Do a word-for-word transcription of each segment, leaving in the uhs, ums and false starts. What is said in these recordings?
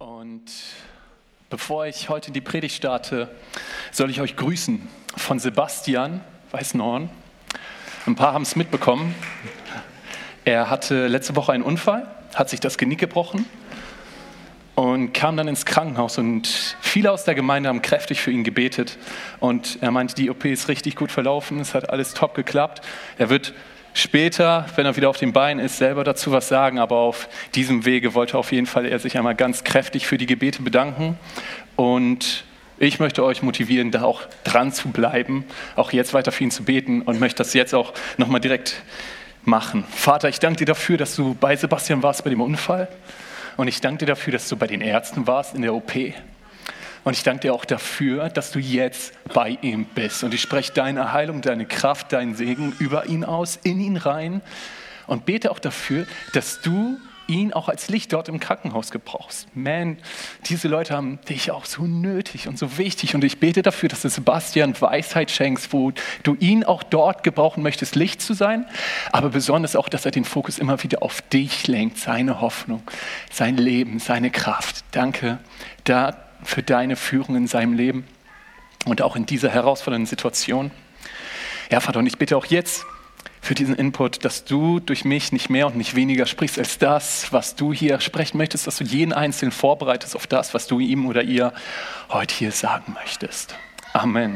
Und bevor ich heute die Predigt starte, soll ich euch grüßen von Sebastian Weißenhorn. Ein paar haben es mitbekommen. Er hatte letzte Woche einen Unfall, hat sich das Genick gebrochen und kam dann ins Krankenhaus. Und viele aus der Gemeinde haben kräftig für ihn gebetet. Und er meinte, die O P ist richtig gut verlaufen, es hat alles top geklappt. Er wird später, wenn er wieder auf den Beinen ist, selber dazu was sagen, aber auf diesem Wege wollte auf jeden Fall er sich einmal ganz kräftig für die Gebete bedanken. Und ich möchte euch motivieren, da auch dran zu bleiben, auch jetzt weiter für ihn zu beten und möchte das jetzt auch nochmal direkt machen. Vater, ich danke dir dafür, dass du bei Sebastian warst bei dem Unfall, und ich danke dir dafür, dass du bei den Ärzten warst in der O P. Und ich danke dir auch dafür, dass du jetzt bei ihm bist. Und ich spreche deine Heilung, deine Kraft, deinen Segen über ihn aus, in ihn rein. Und bete auch dafür, dass du ihn auch als Licht dort im Krankenhaus gebrauchst. Man, diese Leute haben dich auch so nötig und so wichtig. Und ich bete dafür, dass du Sebastian Weisheit schenkst, wo du ihn auch dort gebrauchen möchtest, Licht zu sein. Aber besonders auch, dass er den Fokus immer wieder auf dich lenkt, seine Hoffnung, sein Leben, seine Kraft. Danke, da für deine Führung in seinem Leben und auch in dieser herausfordernden Situation. Ja, Vater, und ich bitte auch jetzt für diesen Input, dass du durch mich nicht mehr und nicht weniger sprichst als das, was du hier sprechen möchtest, dass du jeden Einzelnen vorbereitest auf das, was du ihm oder ihr heute hier sagen möchtest. Amen.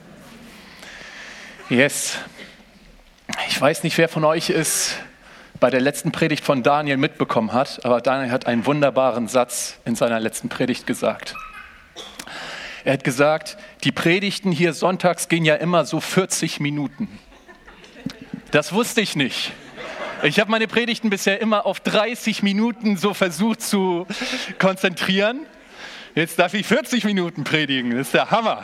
Yes. Ich weiß nicht, wer von euch es bei der letzten Predigt von Daniel mitbekommen hat, aber Daniel hat einen wunderbaren Satz in seiner letzten Predigt gesagt. Er hat gesagt, die Predigten hier sonntags gehen ja immer so vierzig Minuten. Das wusste ich nicht. Ich habe meine Predigten bisher immer auf dreißig Minuten so versucht zu konzentrieren. Jetzt darf ich vierzig Minuten predigen, das ist der Hammer.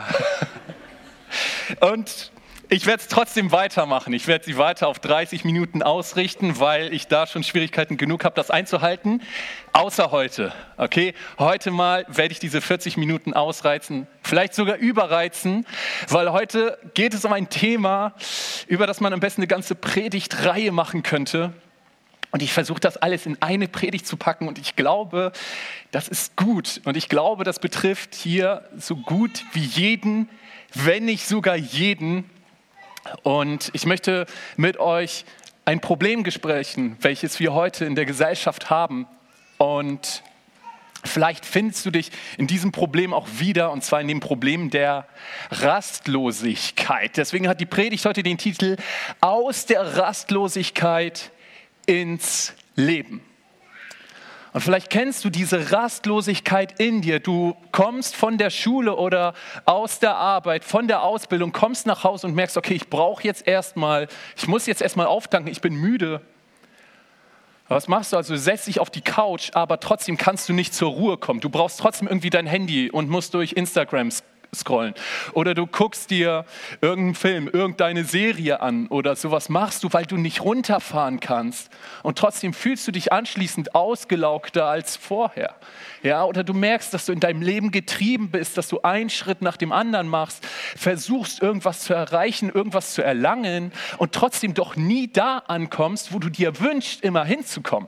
Und ich werde es trotzdem weitermachen. Ich werde sie weiter auf dreißig Minuten ausrichten, weil ich da schon Schwierigkeiten genug habe, das einzuhalten. Außer heute. Okay? Heute mal werde ich diese vierzig Minuten ausreizen, vielleicht sogar überreizen, weil heute geht es um ein Thema, über das man am besten eine ganze Predigtreihe machen könnte. Und ich versuche das alles in eine Predigt zu packen, und ich glaube, das ist gut. Und ich glaube, das betrifft hier so gut wie jeden, wenn nicht sogar jeden. Und ich möchte mit euch ein Problem besprechen, welches wir heute in der Gesellschaft haben. Und vielleicht findest du dich in diesem Problem auch wieder, und zwar in dem Problem der Rastlosigkeit. Deswegen hat die Predigt heute den Titel Aus der Rastlosigkeit ins Leben. Und vielleicht kennst du diese Rastlosigkeit in dir. Du kommst von der Schule oder aus der Arbeit, von der Ausbildung, kommst nach Hause und merkst, okay, ich brauche jetzt erstmal, ich muss jetzt erstmal auftanken, ich bin müde. Was machst du also? Du setzt dich auf die Couch, aber trotzdem kannst du nicht zur Ruhe kommen. Du brauchst trotzdem irgendwie dein Handy und musst durch Instagram scrollen. Oder du guckst dir irgendeinen Film, irgendeine Serie an oder sowas machst du, weil du nicht runterfahren kannst. Und trotzdem fühlst du dich anschließend ausgelaugter als vorher. Ja, oder du merkst, dass du in deinem Leben getrieben bist, dass du einen Schritt nach dem anderen machst, versuchst irgendwas zu erreichen, irgendwas zu erlangen und trotzdem doch nie da ankommst, wo du dir wünschst, immer hinzukommen.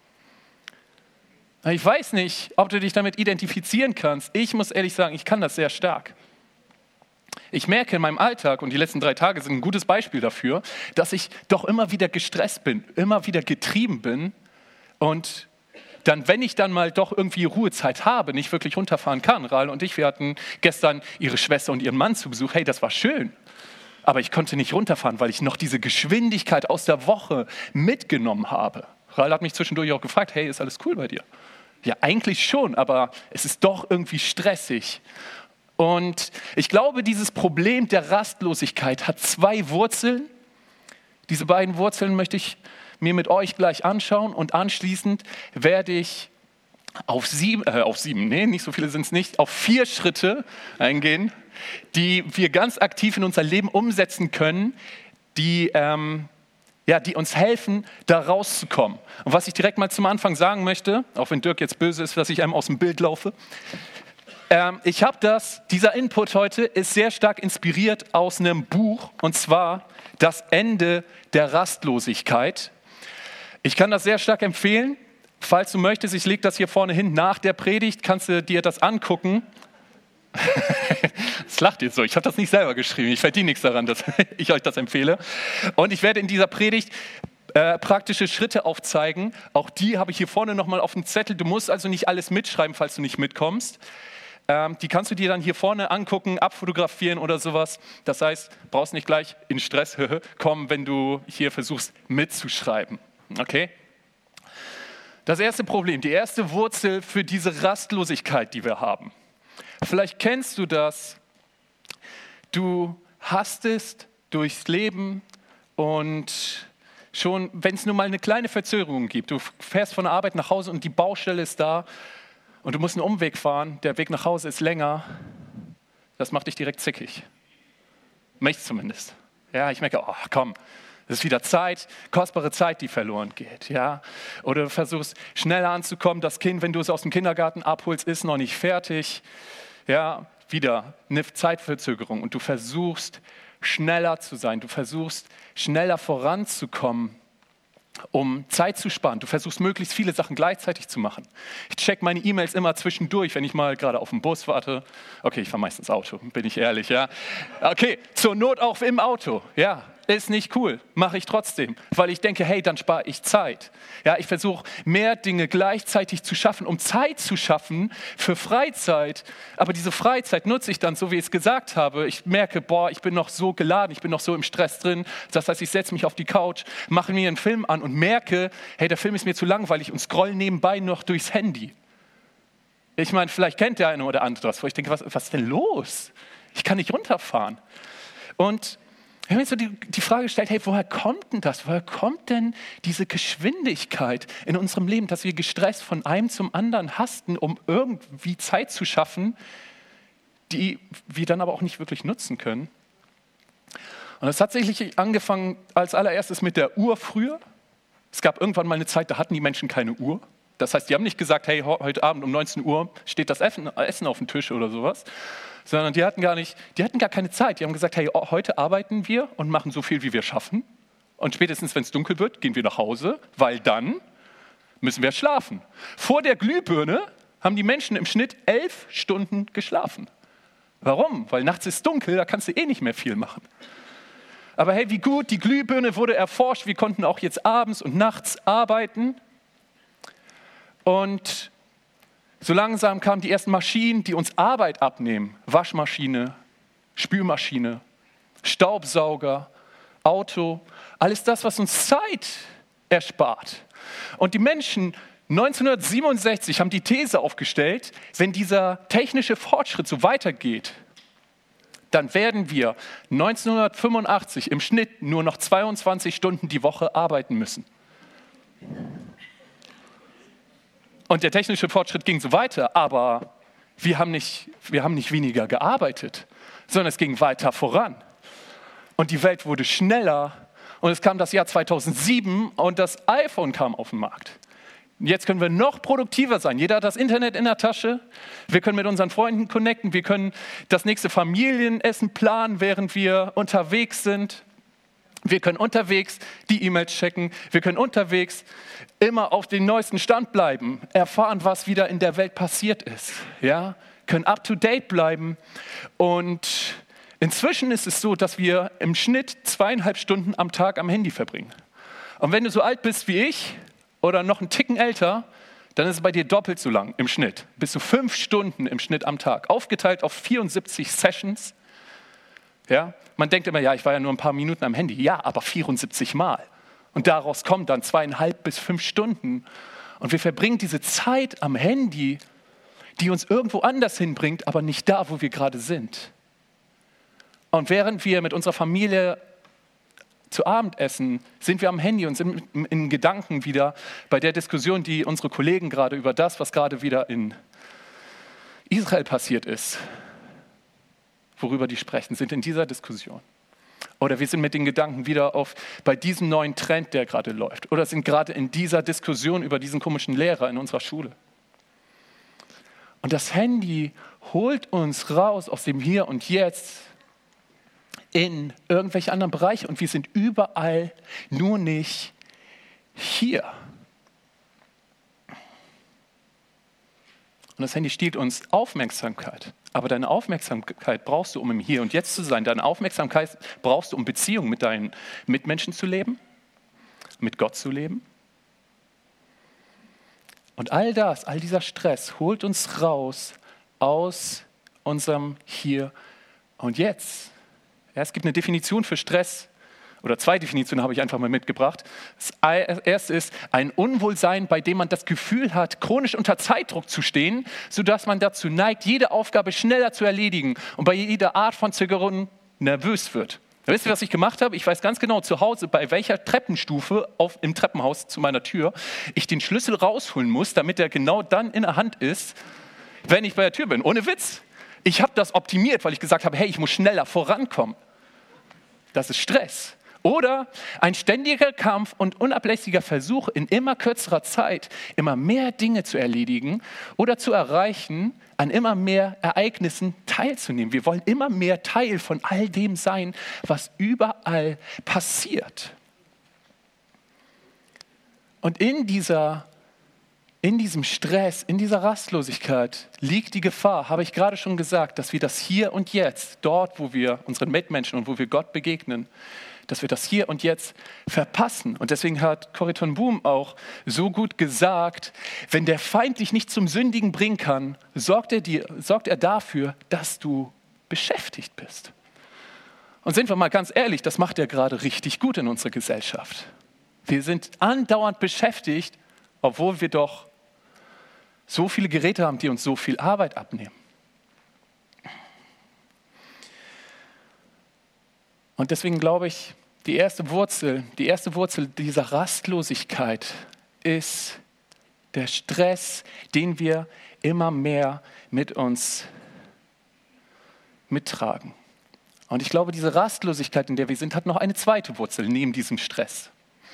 Ich weiß nicht, ob du dich damit identifizieren kannst. Ich muss ehrlich sagen, ich kann das sehr stark. Ich merke in meinem Alltag, und die letzten drei Tage sind ein gutes Beispiel dafür, dass ich doch immer wieder gestresst bin, immer wieder getrieben bin und dann, wenn ich dann mal doch irgendwie Ruhezeit habe, nicht wirklich runterfahren kann. Rahl und ich, wir hatten gestern ihre Schwester und ihren Mann zu Besuch. Hey, das war schön. Aber ich konnte nicht runterfahren, weil ich noch diese Geschwindigkeit aus der Woche mitgenommen habe. Rahl hat mich zwischendurch auch gefragt, hey, ist alles cool bei dir? Ja, eigentlich schon, aber es ist doch irgendwie stressig. Und ich glaube, dieses Problem der Rastlosigkeit hat zwei Wurzeln. Diese beiden Wurzeln möchte ich mir mit euch gleich anschauen, und anschließend werde ich auf sieben, äh, auf sieben, nee, nicht so viele sind es nicht, auf vier Schritte eingehen, die wir ganz aktiv in unser Leben umsetzen können, die ähm, Ja, die uns helfen, da rauszukommen. Und was ich direkt mal zum Anfang sagen möchte, auch wenn Dirk jetzt böse ist, dass ich einem aus dem Bild laufe, ähm, ich habe das, dieser Input heute ist sehr stark inspiriert aus einem Buch, und zwar Das Ende der Rastlosigkeit. Ich kann das sehr stark empfehlen. Falls du möchtest, ich lege das hier vorne hin, nach der Predigt kannst du dir das angucken. Das lacht jetzt so, ich habe das nicht selber geschrieben, ich verdiene nichts daran, dass ich euch das empfehle. Und ich werde in dieser Predigt äh, praktische Schritte aufzeigen. Auch die habe ich hier vorne nochmal auf dem Zettel. Du musst also nicht alles mitschreiben, falls du nicht mitkommst. Ähm, die kannst du dir dann hier vorne angucken, abfotografieren oder sowas. Das heißt, brauchst nicht gleich in Stress kommen, wenn du hier versuchst mitzuschreiben. Okay? Das erste Problem, die erste Wurzel für diese Rastlosigkeit, die wir haben. Vielleicht kennst du das. Du hastest durchs Leben und schon, wenn es nur mal eine kleine Verzögerung gibt, du fährst von der Arbeit nach Hause und die Baustelle ist da und du musst einen Umweg fahren, der Weg nach Hause ist länger, das macht dich direkt zickig. Mich zumindest. Ja, ich merke, oh komm, das ist wieder Zeit, kostbare Zeit, die verloren geht. Ja? Oder du versuchst schneller anzukommen, das Kind, wenn du es aus dem Kindergarten abholst, ist noch nicht fertig. Ja, wieder eine Zeitverzögerung und du versuchst schneller zu sein, du versuchst schneller voranzukommen, um Zeit zu sparen. Du versuchst möglichst viele Sachen gleichzeitig zu machen. Ich check meine E-Mails immer zwischendurch, wenn ich mal gerade auf den Bus warte. Okay, ich fahre meistens Auto, bin ich ehrlich, ja. Okay, zur Not auch im Auto, ja. Ist nicht cool, mache ich trotzdem, weil ich denke, hey, dann spare ich Zeit. Ja, ich versuche mehr Dinge gleichzeitig zu schaffen, um Zeit zu schaffen für Freizeit. Aber diese Freizeit nutze ich dann, so wie ich es gesagt habe. Ich merke, boah, ich bin noch so geladen, ich bin noch so im Stress drin. Das heißt, ich setze mich auf die Couch, mache mir einen Film an und merke, hey, der Film ist mir zu langweilig und scroll nebenbei noch durchs Handy. Ich meine, vielleicht kennt der eine oder andere das, wo ich denke, was, was ist denn los? Ich kann nicht runterfahren. Und wir haben jetzt so die, die Frage gestellt, hey, woher kommt denn das? Woher kommt denn diese Geschwindigkeit in unserem Leben, dass wir gestresst von einem zum anderen hasten, um irgendwie Zeit zu schaffen, die wir dann aber auch nicht wirklich nutzen können? Und das hat tatsächlich angefangen als allererstes mit der Uhr früher. Es gab irgendwann mal eine Zeit, da hatten die Menschen keine Uhr. Das heißt, die haben nicht gesagt, hey, heute Abend um neunzehn Uhr steht das Essen auf dem Tisch oder sowas. Sondern die hatten gar nicht, die hatten gar keine Zeit. Die haben gesagt, hey, heute arbeiten wir und machen so viel, wie wir schaffen. Und spätestens, wenn es dunkel wird, gehen wir nach Hause, weil dann müssen wir schlafen. Vor der Glühbirne haben die Menschen im Schnitt elf Stunden geschlafen. Warum? Weil nachts ist dunkel, da kannst du eh nicht mehr viel machen. Aber hey, wie gut, die Glühbirne wurde erforscht. Wir konnten auch jetzt abends und nachts arbeiten. Und so langsam kamen die ersten Maschinen, die uns Arbeit abnehmen. Waschmaschine, Spülmaschine, Staubsauger, Auto. Alles das, was uns Zeit erspart. Und die Menschen neunzehnhundertsiebenundsechzig haben die These aufgestellt, wenn dieser technische Fortschritt so weitergeht, dann werden wir neunzehnhundertfünfundachtzig im Schnitt nur noch zweiundzwanzig Stunden die Woche arbeiten müssen. Und der technische Fortschritt ging so weiter, aber wir haben nicht, wir haben nicht weniger gearbeitet, sondern es ging weiter voran. Und die Welt wurde schneller und es kam das Jahr zweitausendsieben und das iPhone kam auf den Markt. Jetzt können wir noch produktiver sein. Jeder hat das Internet in der Tasche. Wir können mit unseren Freunden connecten. Wir können das nächste Familienessen planen, während wir unterwegs sind. Wir können unterwegs die E-Mails checken. Wir können unterwegs immer auf dem neuesten Stand bleiben, erfahren, was wieder in der Welt passiert ist. Ja? Können up to date bleiben. Und inzwischen ist es so, dass wir im Schnitt zweieinhalb Stunden am Tag am Handy verbringen. Und wenn du so alt bist wie ich oder noch einen Ticken älter, dann ist es bei dir doppelt so lang im Schnitt. Bis zu fünf Stunden im Schnitt am Tag. Aufgeteilt auf vierundsiebzig Sessions. Ja? Man denkt immer, ja, ich war ja nur ein paar Minuten am Handy. Ja, aber vierundsiebzig Mal. Und daraus kommen dann zweieinhalb bis fünf Stunden. Und wir verbringen diese Zeit am Handy, die uns irgendwo anders hinbringt, aber nicht da, wo wir gerade sind. Und während wir mit unserer Familie zu Abend essen, sind wir am Handy und sind in Gedanken wieder bei der Diskussion, die unsere Kollegen gerade über das, was gerade wieder in Israel passiert ist, worüber die sprechen, sind in dieser Diskussion. Oder wir sind mit den Gedanken wieder auf bei diesem neuen Trend, der gerade läuft. Oder sind gerade in dieser Diskussion über diesen komischen Lehrer in unserer Schule. Und das Handy holt uns raus aus dem Hier und Jetzt in irgendwelche anderen Bereiche. Und wir sind überall, nur nicht hier. Und das Handy stiehlt uns Aufmerksamkeit. Aber deine Aufmerksamkeit brauchst du, um im Hier und Jetzt zu sein. Deine Aufmerksamkeit brauchst du, um Beziehungen mit deinen Mitmenschen zu leben, mit Gott zu leben. Und all das, all dieser Stress holt uns raus aus unserem Hier und Jetzt. Ja, es gibt eine Definition für Stress, oder zwei Definitionen habe ich einfach mal mitgebracht. Das erste ist ein Unwohlsein, bei dem man das Gefühl hat, chronisch unter Zeitdruck zu stehen, sodass man dazu neigt, jede Aufgabe schneller zu erledigen und bei jeder Art von Zögerung nervös wird. Wisst ihr, was ich gemacht habe? Ich weiß ganz genau zu Hause, bei welcher Treppenstufe auf, im Treppenhaus zu meiner Tür ich den Schlüssel rausholen muss, damit er genau dann in der Hand ist, wenn ich bei der Tür bin. Ohne Witz. Ich habe das optimiert, weil ich gesagt habe, hey, ich muss schneller vorankommen. Das ist Stress. Oder ein ständiger Kampf und unablässiger Versuch, in immer kürzerer Zeit immer mehr Dinge zu erledigen oder zu erreichen, an immer mehr Ereignissen teilzunehmen. Wir wollen immer mehr Teil von all dem sein, was überall passiert. Und in dieser, in diesem Stress, in dieser Rastlosigkeit liegt die Gefahr, habe ich gerade schon gesagt, dass wir das Hier und Jetzt, dort, wo wir unseren Mitmenschen und wo wir Gott begegnen, dass wir das Hier und Jetzt verpassen. Und deswegen hat Corrie ten Boom auch so gut gesagt, wenn der Feind dich nicht zum Sündigen bringen kann, sorgt er, dir, sorgt er dafür, dass du beschäftigt bist. Und sind wir mal ganz ehrlich, das macht er gerade richtig gut in unserer Gesellschaft. Wir sind andauernd beschäftigt, obwohl wir doch so viele Geräte haben, die uns so viel Arbeit abnehmen. Und deswegen glaube ich, die erste Wurzel, die erste Wurzel dieser Rastlosigkeit ist der Stress, den wir immer mehr mit uns mittragen. Und ich glaube, diese Rastlosigkeit, in der wir sind, hat noch eine zweite Wurzel neben diesem Stress.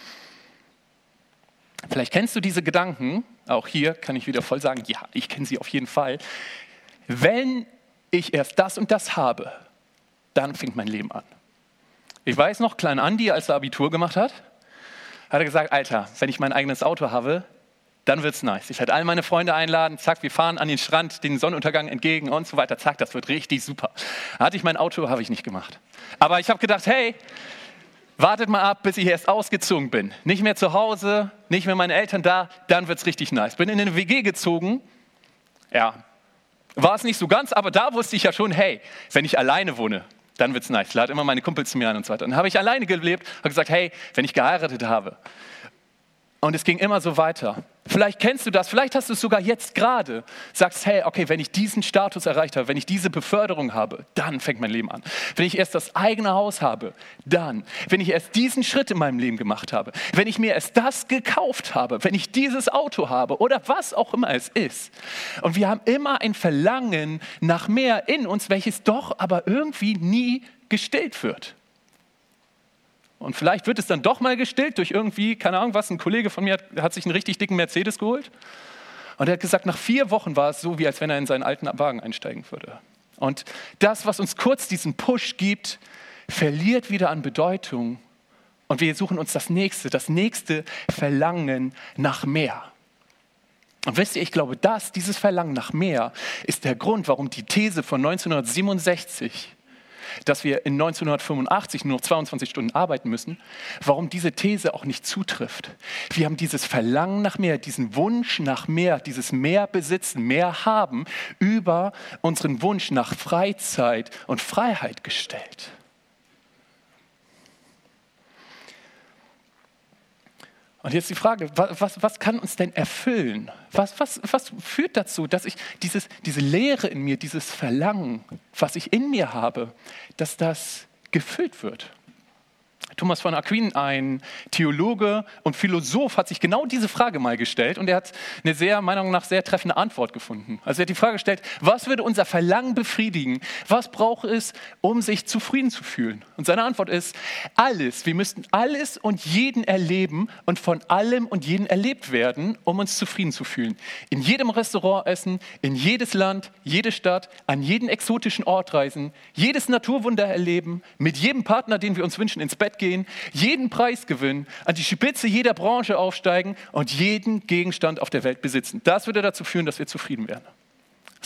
Vielleicht kennst du diese Gedanken, auch hier kann ich wieder voll sagen, ja, ich kenne sie auf jeden Fall. Wenn ich erst das und das habe, dann fängt mein Leben an. Ich weiß noch, klein Andi, als er Abitur gemacht hat, hat er gesagt, Alter, wenn ich mein eigenes Auto habe, dann wird's nice. Ich werde all meine Freunde einladen, zack, wir fahren an den Strand, den Sonnenuntergang entgegen und so weiter, zack, das wird richtig super. Hatte ich mein Auto, habe ich nicht gemacht. Aber ich habe gedacht, hey, wartet mal ab, bis ich erst ausgezogen bin. Nicht mehr zu Hause, nicht mehr meine Eltern da, dann wird's richtig nice. Bin in eine W G gezogen, ja, war es nicht so ganz, aber da wusste ich ja schon, hey, wenn ich alleine wohne, dann wird's nice. Ich lade immer meine Kumpels zu mir ein und so weiter. Und dann habe ich alleine gelebt und gesagt, hey, wenn ich geheiratet habe. Und es ging immer so weiter. Vielleicht kennst du das, vielleicht hast du es sogar jetzt gerade. Sagst, hey, okay, wenn ich diesen Status erreicht habe, wenn ich diese Beförderung habe, dann fängt mein Leben an. Wenn ich erst das eigene Haus habe, dann. Wenn ich erst diesen Schritt in meinem Leben gemacht habe, wenn ich mir erst das gekauft habe, wenn ich dieses Auto habe oder was auch immer es ist. Und wir haben immer ein Verlangen nach mehr in uns, welches doch aber irgendwie nie gestillt wird. Und vielleicht wird es dann doch mal gestillt durch irgendwie, keine Ahnung was, ein Kollege von mir hat, hat sich einen richtig dicken Mercedes geholt. Und er hat gesagt, nach vier Wochen war es so, wie als wenn er in seinen alten Wagen einsteigen würde. Und das, was uns kurz diesen Push gibt, verliert wieder an Bedeutung. Und wir suchen uns das nächste, das nächste Verlangen nach mehr. Und wisst ihr, ich glaube, das, dieses Verlangen nach mehr, ist der Grund, warum die These von neunzehnhundertsiebenundsechzig, dass wir in neunzehnhundertfünfundachtzig nur noch zweiundzwanzig Stunden arbeiten müssen, warum diese These auch nicht zutrifft. Wir haben dieses Verlangen nach mehr, diesen Wunsch nach mehr, dieses mehr besitzen, mehr haben, über unseren Wunsch nach Freizeit und Freiheit gestellt. Und jetzt die Frage, was, was, was kann uns denn erfüllen? Was, was, was führt dazu, dass ich dieses, diese Leere in mir, dieses Verlangen, was ich in mir habe, dass das gefüllt wird? Thomas von Aquin, ein Theologe und Philosoph, hat sich genau diese Frage mal gestellt und er hat eine sehr, meiner Meinung nach, sehr treffende Antwort gefunden. Also er hat die Frage gestellt, was würde unser Verlangen befriedigen? Was braucht es, um sich zufrieden zu fühlen? Und seine Antwort ist, alles. Wir müssten alles und jeden erleben und von allem und jeden erlebt werden, um uns zufrieden zu fühlen. In jedem Restaurant essen, in jedes Land, jede Stadt, an jeden exotischen Ort reisen, jedes Naturwunder erleben, mit jedem Partner, den wir uns wünschen, ins Bett gehen, jeden Preis gewinnen, an die Spitze jeder Branche aufsteigen und jeden Gegenstand auf der Welt besitzen. Das würde dazu führen, dass wir zufrieden werden.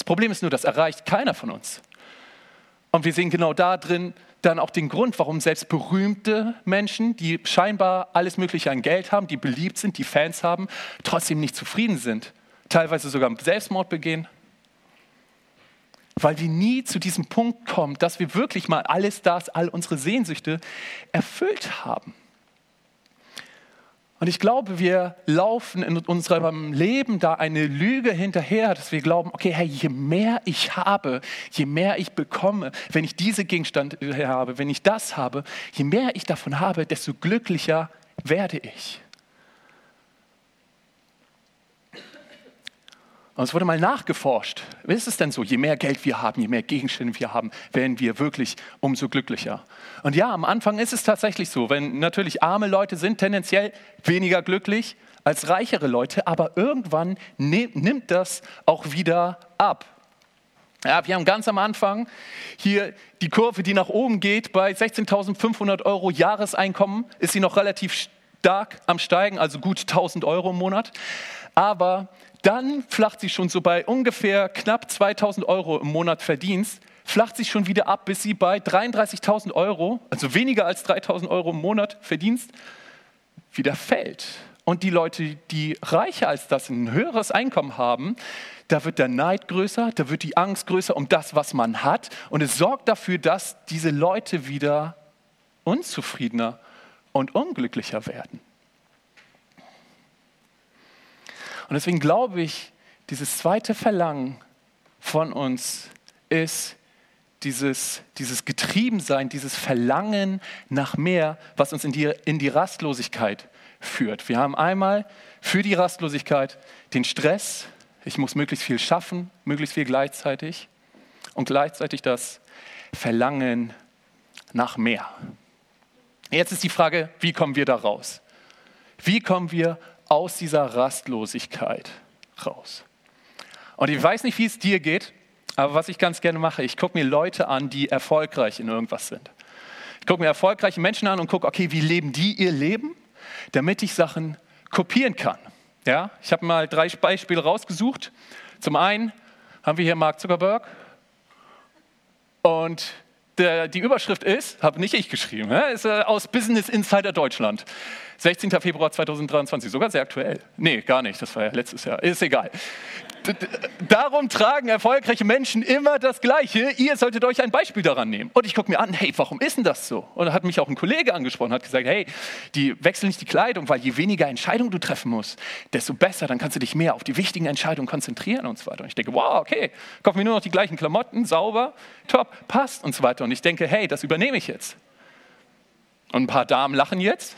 Problem ist nur, das erreicht keiner von uns. Und wir sehen genau da drin dann auch den Grund, warum selbst berühmte Menschen, die scheinbar alles Mögliche an Geld haben, die beliebt sind, die Fans haben, trotzdem nicht zufrieden sind. Teilweise sogar Selbstmord begehen. Weil wir nie zu diesem Punkt kommen, dass wir wirklich mal alles das, all unsere Sehnsüchte erfüllt haben. Und ich glaube, wir laufen in unserem Leben da eine Lüge hinterher, dass wir glauben, okay, hey, je mehr ich habe, je mehr ich bekomme, wenn ich diese Gegenstände habe, wenn ich das habe, je mehr ich davon habe, desto glücklicher werde ich. Und es wurde mal nachgeforscht. Wie ist es denn so? Je mehr Geld wir haben, je mehr Gegenstände wir haben, werden wir wirklich umso glücklicher. Und ja, am Anfang ist es tatsächlich so, wenn natürlich arme Leute sind tendenziell weniger glücklich als reichere Leute, aber irgendwann ne- nimmt das auch wieder ab. Ja, wir haben ganz am Anfang hier die Kurve, die nach oben geht. Bei sechzehntausendfünfhundert Euro Jahreseinkommen ist sie noch relativ stark am Steigen, also gut tausend Euro im Monat. Aber dann flacht sie schon so bei ungefähr knapp zweitausend Euro im Monat Verdienst, flacht sie schon wieder ab, bis sie bei dreiunddreißigtausend Euro, also weniger als dreitausend Euro im Monat Verdienst, wieder fällt. Und die Leute, die reicher als das ein höheres Einkommen haben, da wird der Neid größer, da wird die Angst größer um das, was man hat. Und es sorgt dafür, dass diese Leute wieder unzufriedener und unglücklicher werden. Und deswegen glaube ich, dieses zweite Verlangen von uns ist dieses, dieses Getriebensein, dieses Verlangen nach mehr, was uns in die, in die Rastlosigkeit führt. Wir haben einmal für die Rastlosigkeit den Stress, ich muss möglichst viel schaffen, möglichst viel gleichzeitig und gleichzeitig das Verlangen nach mehr. Jetzt ist die Frage, wie kommen wir da raus? Wie kommen wir aus dieser Rastlosigkeit raus? Und ich weiß nicht, wie es dir geht, aber was ich ganz gerne mache, ich gucke mir Leute an, die erfolgreich in irgendwas sind. Ich gucke mir erfolgreiche Menschen an und gucke, okay, wie leben die ihr Leben, damit ich Sachen kopieren kann. Ja, ich habe mal drei Beispiele rausgesucht. Zum einen haben wir hier Mark Zuckerberg und der, die Überschrift ist, habe nicht ich geschrieben, ja, ist äh, aus Business Insider Deutschland. sechzehnten Februar zweitausenddreiundzwanzig, sogar sehr aktuell. Nee, gar nicht, das war ja letztes Jahr, ist egal. D- d- Darum tragen erfolgreiche Menschen immer das Gleiche. Ihr solltet euch ein Beispiel daran nehmen. Und ich gucke mir an, hey, warum ist denn das so? Und da hat mich auch ein Kollege angesprochen, hat gesagt, hey, die wechseln nicht die Kleidung, weil je weniger Entscheidungen du treffen musst, desto besser, dann kannst du dich mehr auf die wichtigen Entscheidungen konzentrieren und so weiter. Und ich denke, wow, okay, kaufe mir nur noch die gleichen Klamotten, sauber, top, passt und so weiter. Und ich denke, hey, das übernehme ich jetzt. Und ein paar Damen lachen jetzt.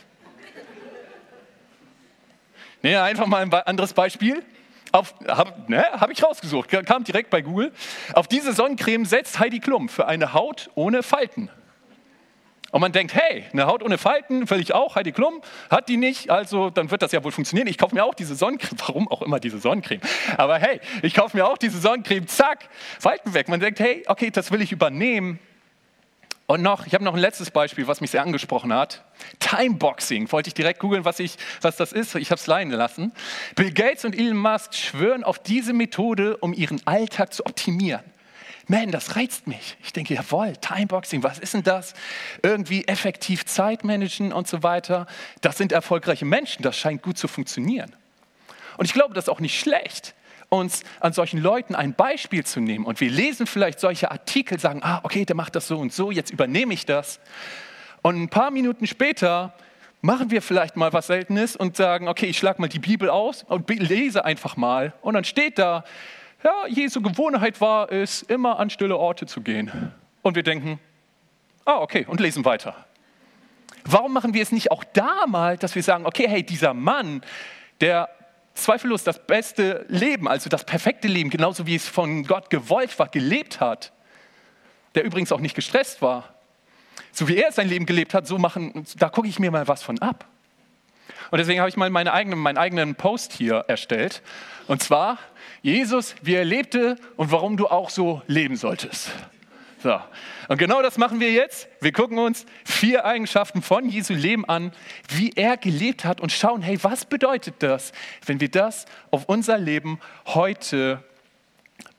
Nee, einfach mal ein anderes Beispiel. Habe ne, hab ich rausgesucht, kam direkt bei Google. Auf diese Sonnencreme setzt Heidi Klum für eine Haut ohne Falten. Und man denkt, hey, eine Haut ohne Falten will ich auch, Heidi Klum hat die nicht, also dann wird das ja wohl funktionieren. Ich kaufe mir auch diese Sonnencreme, warum auch immer diese Sonnencreme. Aber hey, ich kaufe mir auch diese Sonnencreme, zack, Falten weg. Man denkt, hey, okay, das will ich übernehmen. Und noch, ich habe noch ein letztes Beispiel, was mich sehr angesprochen hat. Timeboxing. Wollte ich direkt googeln, was, ich, was das ist. Ich habe es leihen lassen. Bill Gates und Elon Musk schwören auf diese Methode, um ihren Alltag zu optimieren. Man, das reizt mich. Ich denke, jawohl, Timeboxing, was ist denn das? Irgendwie effektiv Zeit managen und so weiter. Das sind erfolgreiche Menschen, das scheint gut zu funktionieren. Und ich glaube, das ist auch nicht schlecht, uns an solchen Leuten ein Beispiel zu nehmen. Und wir lesen vielleicht solche Artikel, sagen, ah, okay, der macht das so und so, jetzt übernehme ich das. Und ein paar Minuten später machen wir vielleicht mal was Seltenes und sagen, okay, ich schlage mal die Bibel aus und lese einfach mal. Und dann steht da, ja, Jesu Gewohnheit war es, immer an stille Orte zu gehen. Und wir denken, ah, okay, und lesen weiter. Warum machen wir es nicht auch da mal, dass wir sagen, okay, hey, dieser Mann, der zweifellos das beste Leben, also das perfekte Leben, genauso wie es von Gott gewollt war, gelebt hat, der übrigens auch nicht gestresst war, so wie er sein Leben gelebt hat, so machen, da gucke ich mir mal was von ab. Und deswegen habe ich mal meine eigene, meinen eigenen Post hier erstellt. Und zwar, Jesus, wie er lebte und warum du auch so leben solltest. So. Und genau das machen wir jetzt. Wir gucken uns vier Eigenschaften von Jesu Leben an, wie er gelebt hat und schauen, hey, was bedeutet das, wenn wir das auf unser Leben heute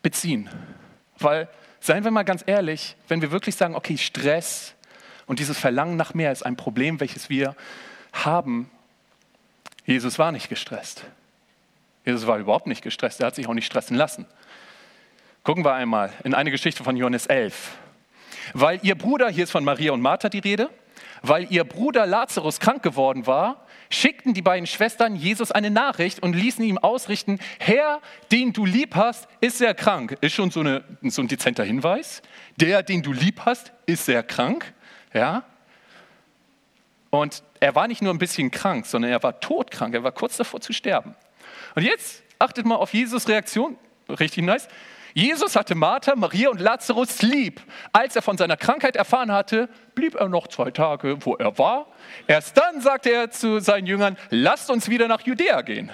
beziehen. Weil, seien wir mal ganz ehrlich, wenn wir wirklich sagen, okay, Stress und dieses Verlangen nach mehr ist ein Problem, welches wir haben, Jesus war nicht gestresst. Jesus war überhaupt nicht gestresst, er hat sich auch nicht stressen lassen. Gucken wir einmal in eine Geschichte von Johannes elf. Weil ihr Bruder, hier ist von Maria und Martha die Rede, weil ihr Bruder Lazarus krank geworden war, schickten die beiden Schwestern Jesus eine Nachricht und ließen ihm ausrichten, Herr, den du lieb hast, ist sehr krank. Ist schon so, eine, so ein dezenter Hinweis. Der, den du lieb hast, ist sehr krank. Ja? Und er war nicht nur ein bisschen krank, sondern er war todkrank. Er war kurz davor zu sterben. Und jetzt achtet mal auf Jesus' Reaktion. Richtig nice. Jesus hatte Martha, Maria und Lazarus lieb. Als er von seiner Krankheit erfahren hatte, blieb er noch zwei Tage, wo er war. Erst dann sagte er zu seinen Jüngern, lasst uns wieder nach Judäa gehen.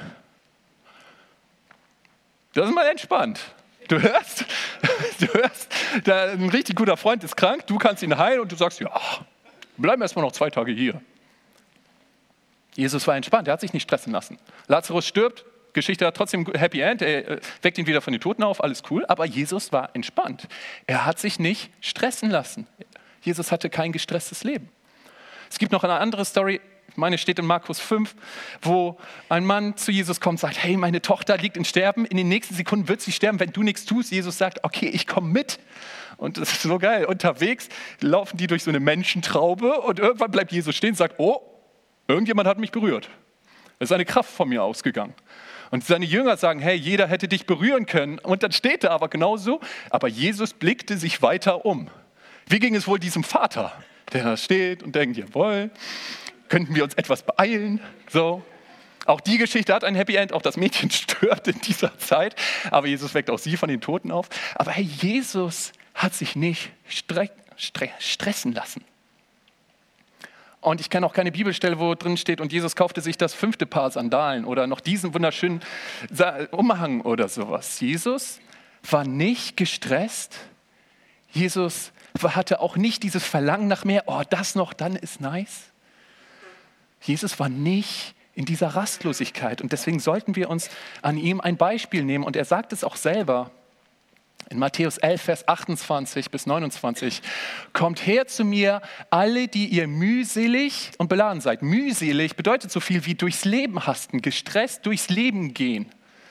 Das ist mal entspannt. Du hörst, du hörst, da ein richtig guter Freund ist krank, du kannst ihn heilen und du sagst, ja, bleiben erstmal noch zwei Tage hier. Jesus war entspannt, er hat sich nicht stressen lassen. Lazarus stirbt. Geschichte hat trotzdem Happy End, er weckt ihn wieder von den Toten auf, alles cool, aber Jesus war entspannt. Er hat sich nicht stressen lassen. Jesus hatte kein gestresstes Leben. Es gibt noch eine andere Story, ich meine, steht in Markus fünf, wo ein Mann zu Jesus kommt und sagt, hey, meine Tochter liegt im Sterben, in den nächsten Sekunden wird sie sterben, wenn du nichts tust. Jesus sagt, okay, ich komme mit. Und das ist so geil. Unterwegs laufen die durch so eine Menschentraube und irgendwann bleibt Jesus stehen und sagt, oh, irgendjemand hat mich berührt. Es ist eine Kraft von mir ausgegangen. Und seine Jünger sagen, hey, jeder hätte dich berühren können. Und dann steht er aber genauso. Aber Jesus blickte sich weiter um. Wie ging es wohl diesem Vater, der da steht und denkt, jawohl, könnten wir uns etwas beeilen? So. Auch die Geschichte hat ein Happy End. Auch das Mädchen stirbt in dieser Zeit. Aber Jesus weckt auch sie von den Toten auf. Aber hey, Jesus hat sich nicht stre- stre- stressen lassen. Und ich kenne auch keine Bibelstelle, wo drin steht, und Jesus kaufte sich das fünfte Paar Sandalen oder noch diesen wunderschönen Umhang oder sowas. Jesus war nicht gestresst. Jesus hatte auch nicht dieses Verlangen nach mehr, oh, das noch, dann ist nice. Jesus war nicht in dieser Rastlosigkeit und deswegen sollten wir uns an ihm ein Beispiel nehmen. Und er sagt es auch selber. In Matthäus elf, Vers achtundzwanzig bis neunundzwanzig, kommt her zu mir, alle, die ihr mühselig und beladen seid. Mühselig bedeutet so viel wie durchs Leben hasten, gestresst durchs Leben gehen.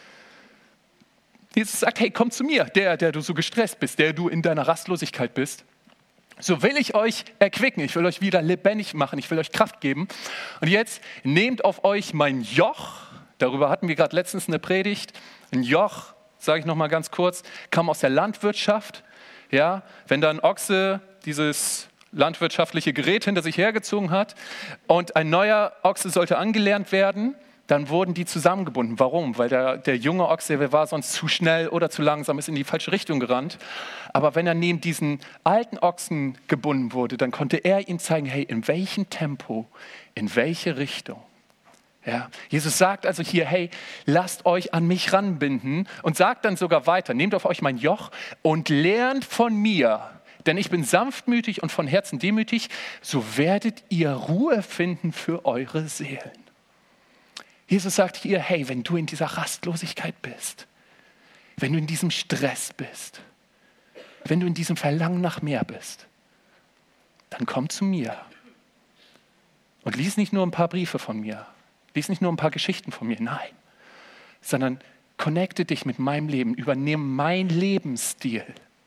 Jesus sagt, hey, komm zu mir, der, der du so gestresst bist, der du in deiner Rastlosigkeit bist. So will ich euch erquicken, ich will euch wieder lebendig machen, ich will euch Kraft geben. Und jetzt nehmt auf euch mein Joch, darüber hatten wir gerade letztens eine Predigt, ein Joch, sage ich noch mal ganz kurz, kam aus der Landwirtschaft. Ja, wenn da ein Ochse dieses landwirtschaftliche Gerät hinter sich hergezogen hat und ein neuer Ochse sollte angelernt werden, dann wurden die zusammengebunden. Warum? Weil der, der junge Ochse, der war sonst zu schnell oder zu langsam, ist in die falsche Richtung gerannt. Aber wenn er neben diesen alten Ochsen gebunden wurde, dann konnte er ihm zeigen, hey, in welchem Tempo, in welche Richtung. Ja, Jesus sagt also hier, hey, lasst euch an mich ranbinden und sagt dann sogar weiter, nehmt auf euch mein Joch und lernt von mir, denn ich bin sanftmütig und von Herzen demütig, so werdet ihr Ruhe finden für eure Seelen. Jesus sagt hier, hey, wenn du in dieser Rastlosigkeit bist, wenn du in diesem Stress bist, wenn du in diesem Verlangen nach mehr bist, dann komm zu mir und lies nicht nur ein paar Briefe von mir, lies nicht nur ein paar Geschichten von mir, nein, sondern connecte dich mit meinem Leben, übernehme meinen Lebensstil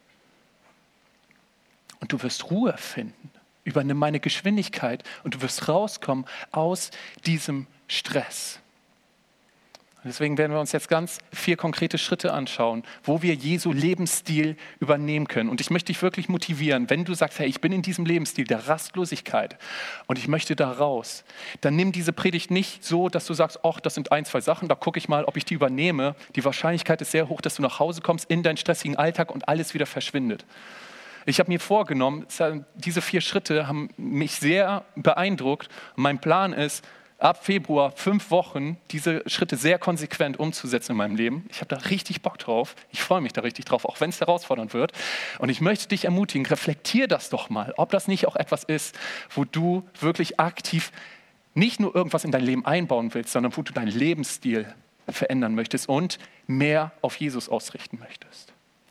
und du wirst Ruhe finden, übernimm meine Geschwindigkeit und du wirst rauskommen aus diesem Stress. Deswegen werden wir uns jetzt ganz vier konkrete Schritte anschauen, wo wir Jesu Lebensstil übernehmen können. Und ich möchte dich wirklich motivieren, wenn du sagst, hey, ich bin in diesem Lebensstil der Rastlosigkeit und ich möchte da raus, dann nimm diese Predigt nicht so, dass du sagst, ach, das sind ein, zwei Sachen, da gucke ich mal, ob ich die übernehme. Die Wahrscheinlichkeit ist sehr hoch, dass du nach Hause kommst in deinen stressigen Alltag und alles wieder verschwindet. Ich habe mir vorgenommen, diese vier Schritte haben mich sehr beeindruckt. Mein Plan ist, ab Februar fünf Wochen diese Schritte sehr konsequent umzusetzen in meinem Leben. Ich habe da richtig Bock drauf. Ich freue mich da richtig drauf, auch wenn es herausfordernd wird. Und ich möchte dich ermutigen, reflektier das doch mal, ob das nicht auch etwas ist, wo du wirklich aktiv nicht nur irgendwas in dein Leben einbauen willst, sondern wo du deinen Lebensstil verändern möchtest und mehr auf Jesus ausrichten möchtest.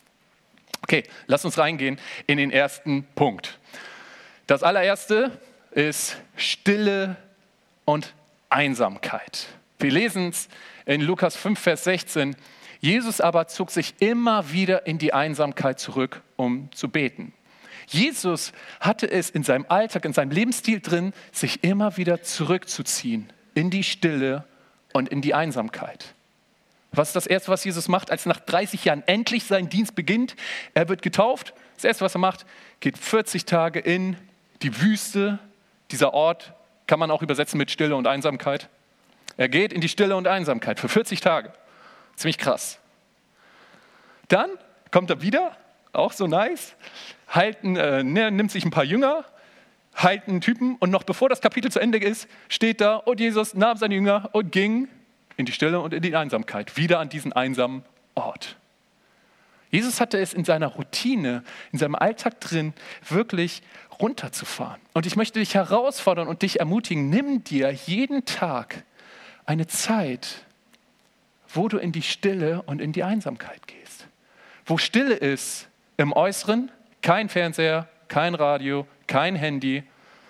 Okay, lass uns reingehen in den ersten Punkt. Das allererste ist Stille und Einsamkeit. Wir lesen es in Lukas fünf, Vers sechzehn. Jesus aber zog sich immer wieder in die Einsamkeit zurück, um zu beten. Jesus hatte es in seinem Alltag, in seinem Lebensstil drin, sich immer wieder zurückzuziehen in die Stille und in die Einsamkeit. Was ist das Erste, was Jesus macht, als nach dreißig Jahren endlich sein Dienst beginnt? Er wird getauft. Das Erste, was er macht, geht vierzig Tage in die Wüste. Dieser Ort kann man auch übersetzen mit Stille und Einsamkeit. Er geht in die Stille und Einsamkeit für vierzig Tage. Ziemlich krass. Dann kommt er wieder, auch so nice, heilt, äh, nimmt sich ein paar Jünger, heilt einen Typen und noch bevor das Kapitel zu Ende ist, steht da, und Jesus nahm seine Jünger und ging in die Stille und in die Einsamkeit, wieder an diesen einsamen Ort. Jesus hatte es in seiner Routine, in seinem Alltag drin, wirklich runterzufahren. Und ich möchte dich herausfordern und dich ermutigen, nimm dir jeden Tag eine Zeit, wo du in die Stille und in die Einsamkeit gehst. Wo Stille ist im Äußeren, kein Fernseher, kein Radio, kein Handy,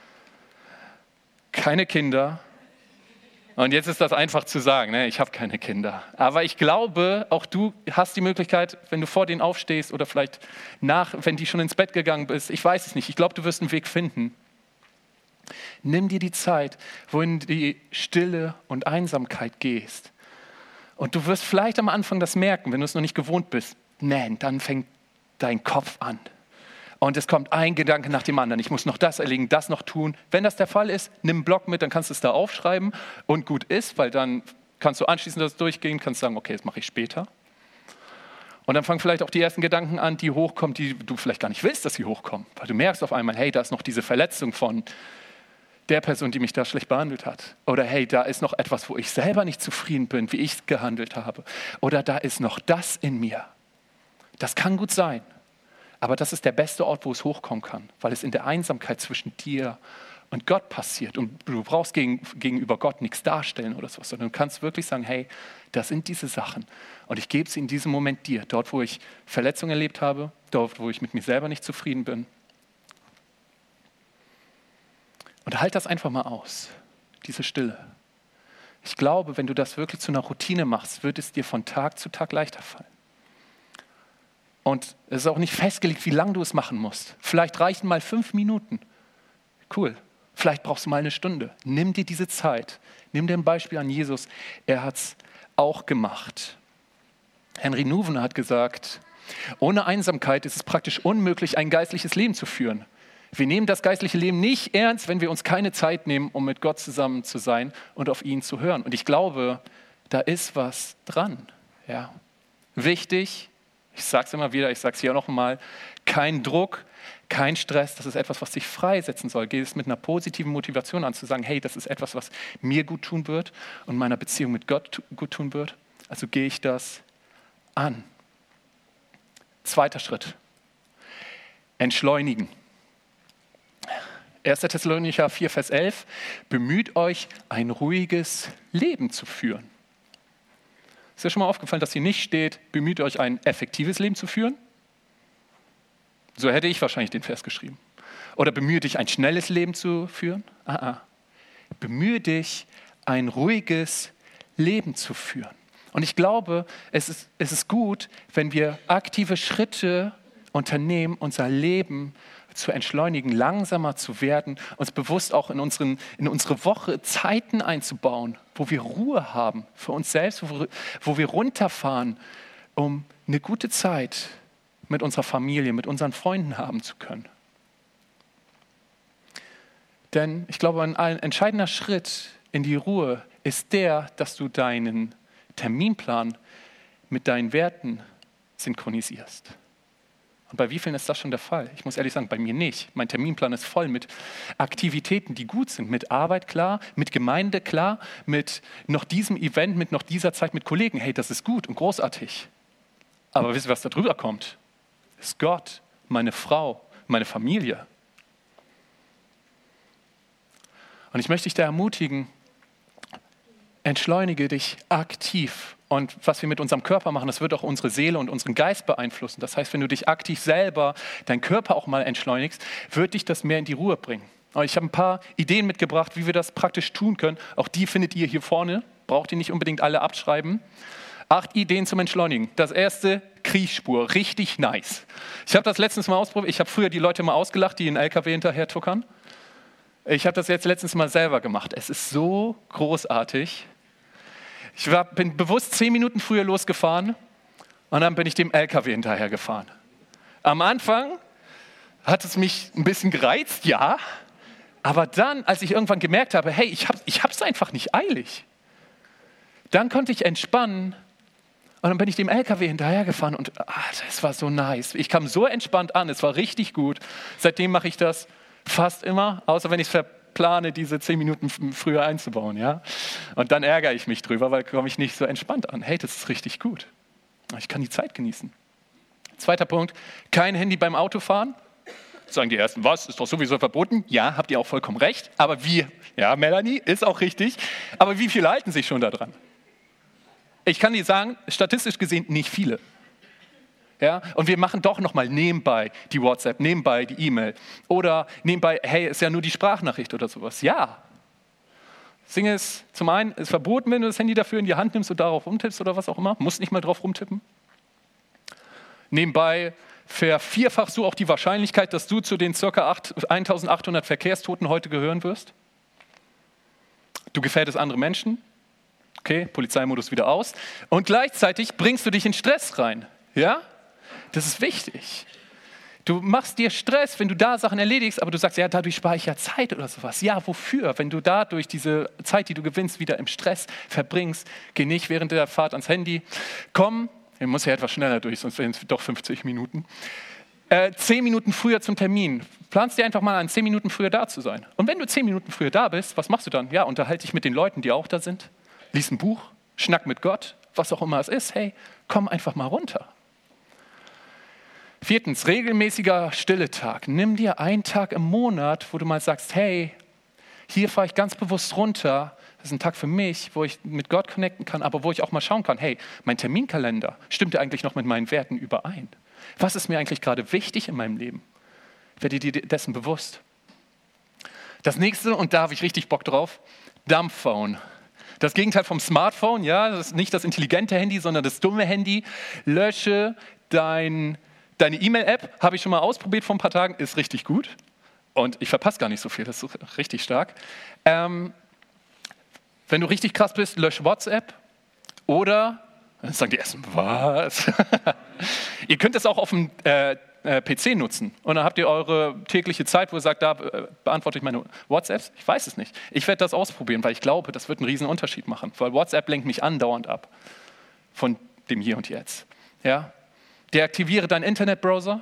keine Kinder. Und jetzt ist das einfach zu sagen, ne? Ich habe keine Kinder. Aber ich glaube, auch du hast die Möglichkeit, wenn du vor denen aufstehst oder vielleicht nach, wenn die schon ins Bett gegangen bist, ich weiß es nicht, ich glaube, du wirst einen Weg finden. Nimm dir die Zeit, wo du in die Stille und Einsamkeit gehst. Und du wirst vielleicht am Anfang das merken, wenn du es noch nicht gewohnt bist. Nein, dann fängt dein Kopf an. Und es kommt ein Gedanke nach dem anderen. Ich muss noch das erledigen, das noch tun. Wenn das der Fall ist, nimm einen Block mit, dann kannst du es da aufschreiben und gut ist, weil dann kannst du anschließend das durchgehen, kannst sagen, okay, das mache ich später. Und dann fangen vielleicht auch die ersten Gedanken an, die hochkommen, die du vielleicht gar nicht willst, dass sie hochkommen. Weil du merkst auf einmal, hey, da ist noch diese Verletzung von der Person, die mich da schlecht behandelt hat. Oder hey, da ist noch etwas, wo ich selber nicht zufrieden bin, wie ich gehandelt habe. Oder da ist noch das in mir. Das kann gut sein. Aber das ist der beste Ort, wo es hochkommen kann, weil es in der Einsamkeit zwischen dir und Gott passiert. Und du brauchst gegen, gegenüber Gott nichts darstellen oder so, sondern du kannst wirklich sagen, hey, das sind diese Sachen. Und ich gebe sie in diesem Moment dir. Dort, wo ich Verletzungen erlebt habe, dort, wo ich mit mir selber nicht zufrieden bin. Und halt das einfach mal aus, diese Stille. Ich glaube, wenn du das wirklich zu einer Routine machst, wird es dir von Tag zu Tag leichter fallen. Und es ist auch nicht festgelegt, wie lange du es machen musst. Vielleicht reichen mal fünf Minuten. Cool. Vielleicht brauchst du mal eine Stunde. Nimm dir diese Zeit. Nimm dir ein Beispiel an Jesus. Er hat es auch gemacht. Henry Nouwen hat gesagt, ohne Einsamkeit ist es praktisch unmöglich, ein geistliches Leben zu führen. Wir nehmen das geistliche Leben nicht ernst, wenn wir uns keine Zeit nehmen, um mit Gott zusammen zu sein und auf ihn zu hören. Und ich glaube, da ist was dran. Ja. Wichtig, ich sage es immer wieder, ich sage es hier auch noch einmal, kein Druck, kein Stress, das ist etwas, was dich freisetzen soll. Geh es mit einer positiven Motivation an, zu sagen, hey, das ist etwas, was mir gut tun wird und meiner Beziehung mit Gott gut tun wird. Also gehe ich das an. Zweiter Schritt, entschleunigen. erster Thessalonicher vier, Vers elf, bemüht euch, ein ruhiges Leben zu führen. Ist dir schon mal aufgefallen, dass hier nicht steht, bemüht euch, ein effektives Leben zu führen? So hätte ich wahrscheinlich den Vers geschrieben. Oder bemühe dich, ein schnelles Leben zu führen? Ah, ah. Bemühe dich, ein ruhiges Leben zu führen. Und ich glaube, es ist, es ist gut, wenn wir aktive Schritte unternehmen, unser Leben zu entschleunigen, langsamer zu werden, uns bewusst auch in, unseren, in unsere Woche Zeiten einzubauen, wo wir Ruhe haben für uns selbst, wo, wo wir runterfahren, um eine gute Zeit mit unserer Familie, mit unseren Freunden haben zu können. Denn ich glaube, ein, ein entscheidender Schritt in die Ruhe ist der, dass du deinen Terminplan mit deinen Werten synchronisierst. Und bei wie vielen ist das schon der Fall? Ich muss ehrlich sagen, bei mir nicht. Mein Terminplan ist voll mit Aktivitäten, die gut sind. Mit Arbeit klar, mit Gemeinde klar, mit noch diesem Event, mit noch dieser Zeit mit Kollegen. Hey, das ist gut und großartig. Aber wisst ihr, was da drüber kommt? Ist Gott, meine Frau, meine Familie. Und ich möchte dich da ermutigen, entschleunige dich aktiv Und was wir mit unserem Körper machen, das wird auch unsere Seele und unseren Geist beeinflussen. Das heißt, wenn du dich aktiv selber, deinen Körper auch mal entschleunigst, wird dich das mehr in die Ruhe bringen. Aber ich habe ein paar Ideen mitgebracht, wie wir das praktisch tun können. Auch die findet ihr hier vorne. Braucht ihr nicht unbedingt alle abschreiben. Acht Ideen zum Entschleunigen. Das erste, Kriechspur. Richtig nice. Ich habe das letztens mal ausprobiert. Ich habe früher die Leute mal ausgelacht, die einen L K W hinterher tuckern. Ich habe das jetzt letztens mal selber gemacht. Es ist so großartig. Ich war, bin bewusst zehn Minuten früher losgefahren und dann bin ich dem L K W hinterher gefahren. Am Anfang hat es mich ein bisschen gereizt, ja. Aber dann, als ich irgendwann gemerkt habe, hey, ich habe ich hab's einfach nicht eilig, dann konnte ich entspannen und dann bin ich dem L K W hinterhergefahren und es war so nice. Ich kam so entspannt an, es war richtig gut. Seitdem mache ich das fast immer, außer wenn ich es verplane, diese zehn Minuten früher einzubauen. Ja? Und dann ärgere ich mich drüber, weil komme ich nicht so entspannt an. Hey, das ist richtig gut. Ich kann die Zeit genießen. Zweiter Punkt, kein Handy beim Autofahren. Sagen die Ersten, was, ist doch sowieso verboten? Ja, habt ihr auch vollkommen recht. Aber wir, ja, Melanie, ist auch richtig. Aber wie viele halten sich schon daran? Ich kann dir sagen, statistisch gesehen nicht viele. Ja? Und wir machen doch nochmal nebenbei die WhatsApp, nebenbei die E-Mail. Oder nebenbei, hey, ist ja nur die Sprachnachricht oder sowas. Ja. Das Ding ist, zum einen ist verboten, wenn du das Handy dafür in die Hand nimmst und darauf rumtippst oder was auch immer. Musst nicht mal drauf rumtippen. Nebenbei vervierfachst du auch die Wahrscheinlichkeit, dass du zu den ca. eintausendachthundert Verkehrstoten heute gehören wirst. Du gefährdest andere Menschen. Okay, Polizeimodus wieder aus. Und gleichzeitig bringst du dich in Stress rein. Ja? Das ist wichtig. Du machst dir Stress, wenn du da Sachen erledigst, aber du sagst, ja, dadurch spare ich ja Zeit oder sowas. Ja, wofür? Wenn du dadurch diese Zeit, die du gewinnst, wieder im Stress verbringst, geh nicht während der Fahrt ans Handy. Komm, ich muss ja etwas schneller durch, sonst wären es doch fünfzig Minuten. Äh, zehn Minuten früher zum Termin. Planst dir einfach mal an, zehn Minuten früher da zu sein. Und wenn du zehn Minuten früher da bist, was machst du dann? Ja, unterhalte dich mit den Leuten, die auch da sind. Lies ein Buch, schnack mit Gott, was auch immer es ist. Hey, komm einfach mal runter. Viertens, regelmäßiger Stilletag. Nimm dir einen Tag im Monat, wo du mal sagst, hey, hier fahre ich ganz bewusst runter. Das ist ein Tag für mich, wo ich mit Gott connecten kann, aber wo ich auch mal schauen kann, hey, mein Terminkalender, stimmt der eigentlich noch mit meinen Werten überein? Was ist mir eigentlich gerade wichtig in meinem Leben? Werde dir dessen bewusst. Das nächste, und da habe ich richtig Bock drauf, Dumbphone. Das Gegenteil vom Smartphone, ja, das ist nicht das intelligente Handy, sondern das dumme Handy. Lösche dein, deine E-Mail-App, habe ich schon mal ausprobiert vor ein paar Tagen, ist richtig gut. Und ich verpasse gar nicht so viel, das ist richtig stark. Ähm, wenn du richtig krass bist, lösch WhatsApp oder, dann sagen die Ersten, was? Ihr könnt es auch auf dem äh, äh, P C nutzen und dann habt ihr eure tägliche Zeit, wo ihr sagt, da äh, beantworte ich meine WhatsApps. Ich weiß es nicht. Ich werde das ausprobieren, weil ich glaube, das wird einen riesen Unterschied machen, weil WhatsApp lenkt mich andauernd ab von dem Hier und Jetzt. Ja? Deaktiviere deinen Internetbrowser.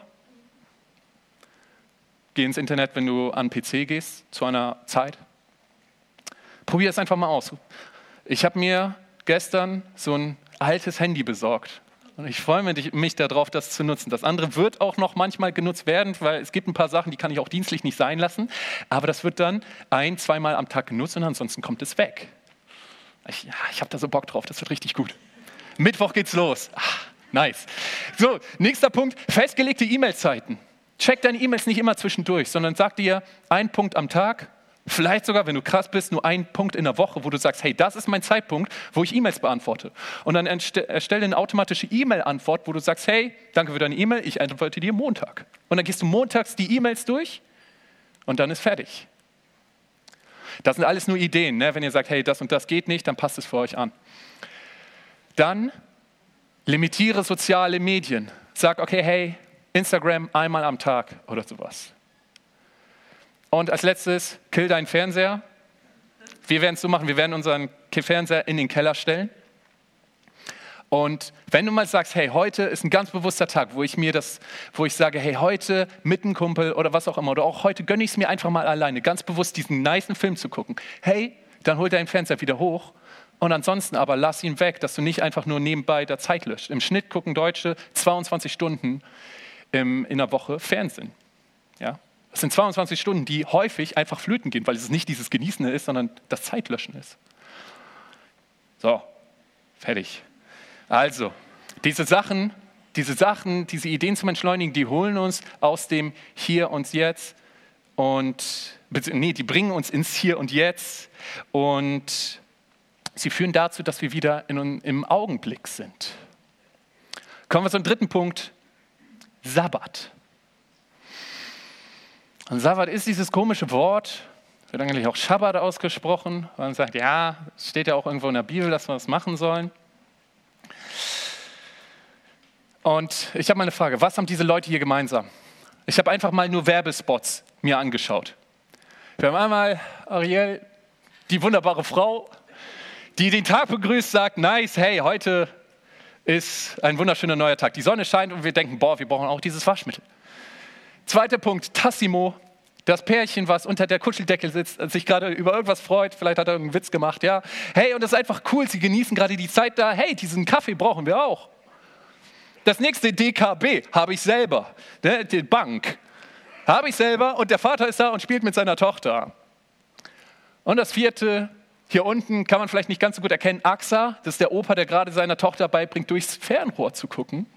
Geh ins Internet, wenn du an den P C gehst, zu einer Zeit. Probier es einfach mal aus. Ich habe mir gestern so ein altes Handy besorgt. Und ich freue mich, mich darauf, das zu nutzen. Das andere wird auch noch manchmal genutzt werden, weil es gibt ein paar Sachen, die kann ich auch dienstlich nicht sein lassen. Aber das wird dann ein-, zweimal am Tag genutzt und ansonsten kommt es weg. Ich, ja, ich habe da so Bock drauf, das wird richtig gut. Mittwoch geht's los. Ach, nice. So, nächster Punkt, festgelegte E-Mail-Zeiten. Check deine E-Mails nicht immer zwischendurch, sondern sag dir, ein Punkt am Tag, vielleicht sogar, wenn du krass bist, nur ein Punkt in der Woche, wo du sagst, hey, das ist mein Zeitpunkt, wo ich E-Mails beantworte. Und dann erstelle eine automatische E-Mail-Antwort, wo du sagst, hey, danke für deine E-Mail, ich antworte dir Montag. Und dann gehst du montags die E-Mails durch und dann ist fertig. Das sind alles nur Ideen. Ne? Wenn ihr sagt, hey, das und das geht nicht, dann passt es für euch an. Dann limitiere soziale Medien. Sag, okay, hey, Instagram einmal am Tag oder sowas. Und als letztes, kill deinen Fernseher. Wir werden es so machen, wir werden unseren Fernseher in den Keller stellen. Und wenn du mal sagst, hey, heute ist ein ganz bewusster Tag, wo ich mir das, wo ich sage, hey, heute mit einem Kumpel oder was auch immer, oder auch heute gönne ich es mir einfach mal alleine, ganz bewusst diesen nicen Film zu gucken. Hey, dann hol deinen Fernseher wieder hoch. Und ansonsten aber lass ihn weg, dass du nicht einfach nur nebenbei der Zeit löscht. Im Schnitt gucken Deutsche zweiundzwanzig Stunden im, in der Woche Fernsehen. Ja? Das sind zweiundzwanzig Stunden, die häufig einfach flöten gehen, weil es nicht dieses Genießen ist, sondern das Zeitlöschen ist. So, fertig. Also, diese Sachen, diese Sachen, diese Ideen zum Entschleunigen, die holen uns aus dem Hier und Jetzt und, nee, die bringen uns ins Hier und Jetzt und sie führen dazu, dass wir wieder in, im Augenblick sind. Kommen wir zum dritten Punkt, Sabbat. Und Sabbat ist dieses komische Wort, wird eigentlich auch Schabbat ausgesprochen, weil man sagt, ja, es steht ja auch irgendwo in der Bibel, dass wir das machen sollen. Und ich habe mal eine Frage, was haben diese Leute hier gemeinsam? Ich habe einfach mal nur Werbespots mir angeschaut. Wir haben einmal Ariel, die wunderbare Frau, die den Tag begrüßt, sagt, nice, hey, heute ist ein wunderschöner neuer Tag. Die Sonne scheint und wir denken, boah, wir brauchen auch dieses Waschmittel. Zweiter Punkt, Tassimo, das Pärchen, was unter der Kuscheldecke sitzt und sich gerade über irgendwas freut. Vielleicht hat er irgendeinen Witz gemacht, ja. Hey, und das ist einfach cool, sie genießen gerade die Zeit da. Hey, diesen Kaffee brauchen wir auch. Das nächste D K B habe ich selber, ne, die Bank habe ich selber und der Vater ist da und spielt mit seiner Tochter. Und das vierte, hier unten kann man vielleicht nicht ganz so gut erkennen, Axa, das ist der Opa, der gerade seiner Tochter beibringt, durchs Fernrohr zu gucken.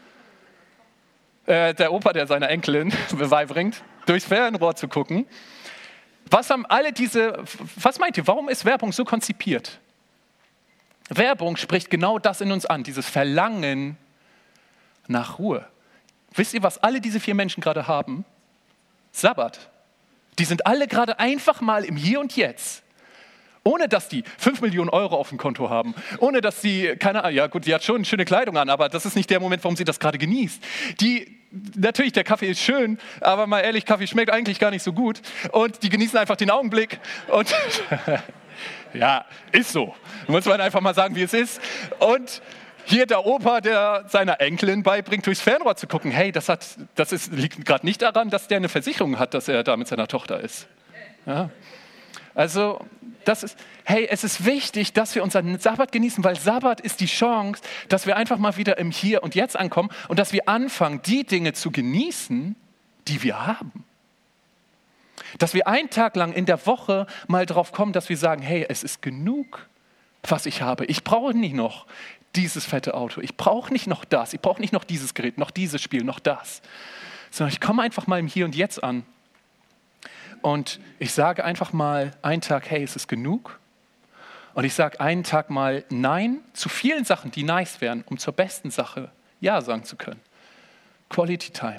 Äh, der Opa, der seiner Enkelin beibringt, durchs Fernrohr zu gucken. Was haben alle diese, was meint ihr, warum ist Werbung so konzipiert? Werbung spricht genau das in uns an, dieses Verlangen nach Ruhe. Wisst ihr, was alle diese vier Menschen gerade haben? Sabbat. Die sind alle gerade einfach mal im Hier und Jetzt. Ohne dass die fünf Millionen Euro auf dem Konto haben. Ohne dass sie, keine Ahnung, ja gut, die hat schon schöne Kleidung an, aber das ist nicht der Moment, warum sie das gerade genießt. Die, natürlich, der Kaffee ist schön, aber mal ehrlich, Kaffee schmeckt eigentlich gar nicht so gut. Und die genießen einfach den Augenblick. Und ja, ist so. Muss man einfach mal sagen, wie es ist. Und hier der Opa, der seiner Enkelin beibringt, durchs Fernrohr zu gucken. Hey, das, hat, das ist, liegt gerade nicht daran, dass der eine Versicherung hat, dass er da mit seiner Tochter ist. Ja. Also, das ist, hey, es ist wichtig, dass wir unseren Sabbat genießen, weil Sabbat ist die Chance, dass wir einfach mal wieder im Hier und Jetzt ankommen und dass wir anfangen, die Dinge zu genießen, die wir haben. Dass wir einen Tag lang in der Woche mal drauf kommen, dass wir sagen, hey, es ist genug, was ich habe. Ich brauche nicht noch dieses fette Auto. Ich brauche nicht noch das. Ich brauche nicht noch dieses Gerät, noch dieses Spiel, noch das. Sondern ich komme einfach mal im Hier und Jetzt an. Und ich sage einfach mal einen Tag, hey, es ist genug. Und ich sage einen Tag mal Nein zu vielen Sachen, die nice wären, um zur besten Sache Ja sagen zu können. Quality Time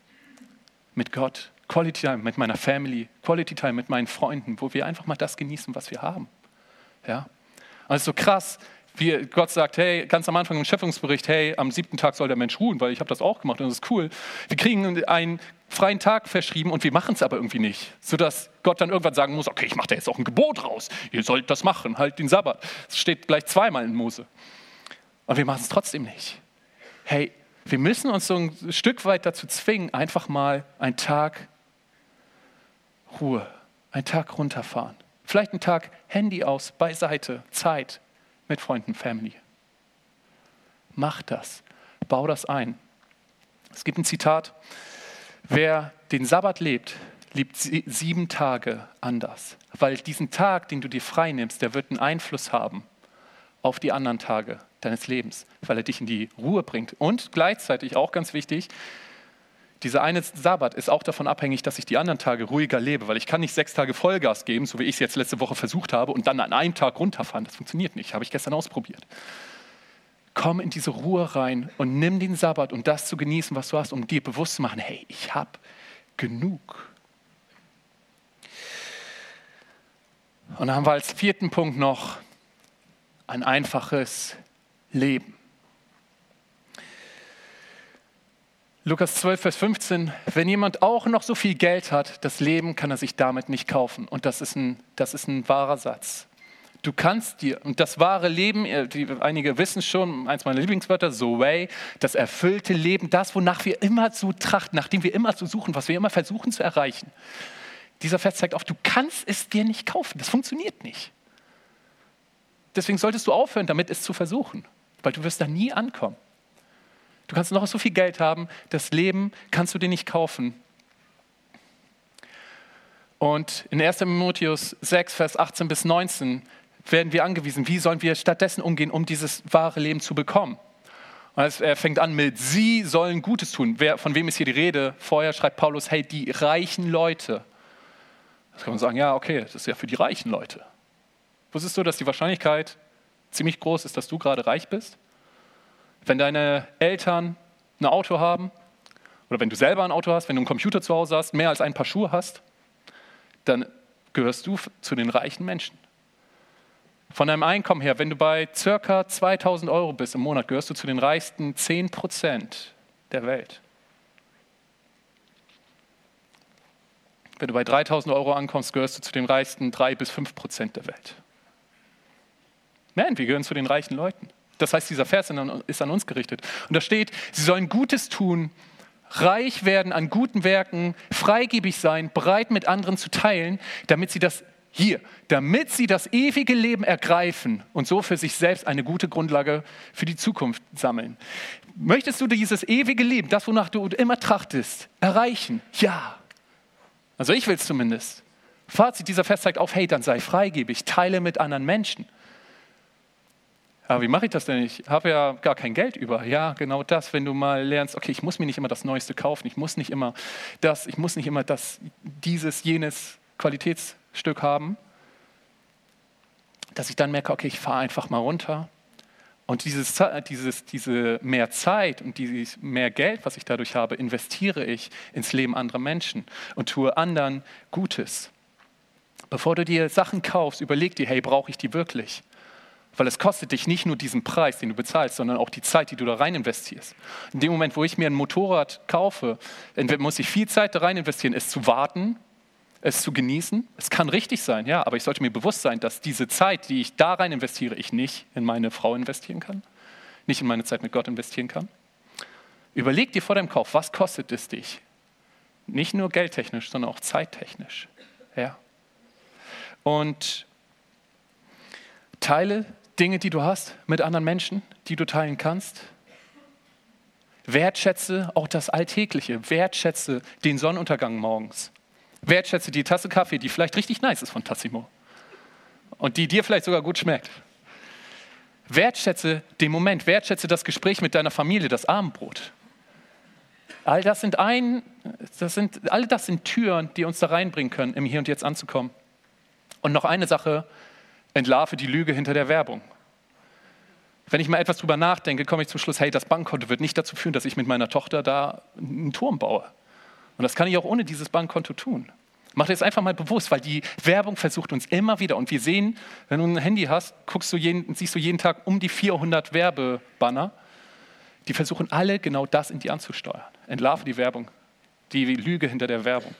mit Gott, Quality Time mit meiner Family, Quality Time mit meinen Freunden, wo wir einfach mal das genießen, was wir haben. Ja? Und es ist so krass, wie Gott sagt, hey, ganz am Anfang im Schöpfungsbericht, hey, am siebten Tag soll der Mensch ruhen, weil ich habe das auch gemacht und das ist cool. Wir kriegen einen freien Tag verschrieben und wir machen es aber irgendwie nicht, sodass Gott dann irgendwann sagen muss, okay, ich mache da jetzt auch ein Gebot raus, ihr sollt das machen, halt den Sabbat. Das steht gleich zweimal in Mose. Und wir machen es trotzdem nicht. Hey, wir müssen uns so ein Stück weit dazu zwingen, einfach mal einen Tag Ruhe, einen Tag runterfahren. Vielleicht einen Tag Handy aus, beiseite, Zeit mit Freunden, Family. Mach das, bau das ein. Es gibt ein Zitat, wer den Sabbat lebt, lebt sie, sieben Tage anders. Weil diesen Tag, den du dir frei nimmst, der wird einen Einfluss haben auf die anderen Tage deines Lebens, weil er dich in die Ruhe bringt. Und gleichzeitig, auch ganz wichtig, dieser eine Sabbat ist auch davon abhängig, dass ich die anderen Tage ruhiger lebe, weil ich kann nicht sechs Tage Vollgas geben, so wie ich es jetzt letzte Woche versucht habe, und dann an einem Tag runterfahren. Das funktioniert nicht, habe ich gestern ausprobiert. Komm in diese Ruhe rein und nimm den Sabbat, um das zu genießen, was du hast, um dir bewusst zu machen, hey, ich habe genug. Und dann haben wir als vierten Punkt noch ein einfaches Leben. Lukas zwölf, Vers fünfzehn, wenn jemand auch noch so viel Geld hat, das Leben kann er sich damit nicht kaufen. Und das ist ein, das ist ein wahrer Satz. Du kannst dir, und das wahre Leben, die, einige wissen schon, eins meiner Lieblingswörter, Zoe, das erfüllte Leben, das, wonach wir immer so trachten, nach dem wir immer so suchen, was wir immer versuchen zu erreichen. Dieser Vers zeigt auf, du kannst es dir nicht kaufen, das funktioniert nicht. Deswegen solltest du aufhören, damit es zu versuchen, weil du wirst da nie ankommen. Du kannst noch so viel Geld haben, das Leben kannst du dir nicht kaufen. Und in erster Timotheus sechs, Vers achtzehn bis neunzehn werden wir angewiesen? Wie sollen wir stattdessen umgehen, um dieses wahre Leben zu bekommen? Und er fängt an mit, sie sollen Gutes tun. Wer, von wem ist hier die Rede? Vorher schreibt Paulus, hey, die reichen Leute. Das kann man sagen, ja, okay, das ist ja für die reichen Leute. Wusstest du, dass die Wahrscheinlichkeit ziemlich groß ist, dass du gerade reich bist? Wenn deine Eltern ein Auto haben oder wenn du selber ein Auto hast, wenn du einen Computer zu Hause hast, mehr als ein paar Schuhe hast, dann gehörst du zu den reichen Menschen. Von deinem Einkommen her, wenn du bei ca. zweitausend Euro bist im Monat, gehörst du zu den reichsten zehn Prozent der Welt. Wenn du bei dreitausend Euro ankommst, gehörst du zu den reichsten drei bis fünf Prozent der Welt. Man, wir gehören zu den reichen Leuten. Das heißt, dieser Vers ist an uns gerichtet. Und da steht, sie sollen Gutes tun, reich werden an guten Werken, freigebig sein, bereit mit anderen zu teilen, damit sie das hier, damit sie das ewige Leben ergreifen und so für sich selbst eine gute Grundlage für die Zukunft sammeln. Möchtest du dieses ewige Leben, das wonach du immer trachtest, erreichen? Ja. Also ich will es zumindest. Fazit, dieser Vers zeigt auf, hey, dann sei freigebig, teile mit anderen Menschen. Aber wie mache ich das denn? Ich habe ja gar kein Geld über. Ja, genau das, wenn du mal lernst, okay, ich muss mir nicht immer das Neueste kaufen, ich muss nicht immer das, ich muss nicht immer das, dieses, jenes Qualitätsstück haben, dass ich dann merke, okay, ich fahre einfach mal runter. Und dieses, dieses, diese mehr Zeit und dieses mehr Geld, was ich dadurch habe, investiere ich ins Leben anderer Menschen und tue anderen Gutes. Bevor du dir Sachen kaufst, überleg dir, hey, brauche ich die wirklich? Weil es kostet dich nicht nur diesen Preis, den du bezahlst, sondern auch die Zeit, die du da rein investierst. In dem Moment, wo ich mir ein Motorrad kaufe, muss ich viel Zeit da rein investieren, es zu warten, es zu genießen. Es kann richtig sein, ja, aber ich sollte mir bewusst sein, dass diese Zeit, die ich da rein investiere, ich nicht in meine Frau investieren kann, nicht in meine Zeit mit Gott investieren kann. Überleg dir vor deinem Kauf, was kostet es dich? Nicht nur geldtechnisch, sondern auch zeittechnisch. Ja. Und teile Dinge, die du hast, mit anderen Menschen, die du teilen kannst. Wertschätze auch das Alltägliche. Wertschätze den Sonnenuntergang morgens. Wertschätze die Tasse Kaffee, die vielleicht richtig nice ist von Tassimo und die dir vielleicht sogar gut schmeckt. Wertschätze den Moment, wertschätze das Gespräch mit deiner Familie, das Abendbrot. All das sind ein, das sind, all das sind Türen, die uns da reinbringen können, im Hier und Jetzt anzukommen. Und noch eine Sache, entlarve die Lüge hinter der Werbung. Wenn ich mal etwas drüber nachdenke, komme ich zum Schluss, hey, das Bankkonto wird nicht dazu führen, dass ich mit meiner Tochter da einen Turm baue. Und das kann ich auch ohne dieses Bankkonto tun. Mach dir das einfach mal bewusst, weil die Werbung versucht uns immer wieder. Und wir sehen, wenn du ein Handy hast, guckst du jeden, siehst du jeden Tag um die vierhundert Werbebanner. Die versuchen alle genau das in dir anzusteuern. Entlarve die Werbung, die Lüge hinter der Werbung.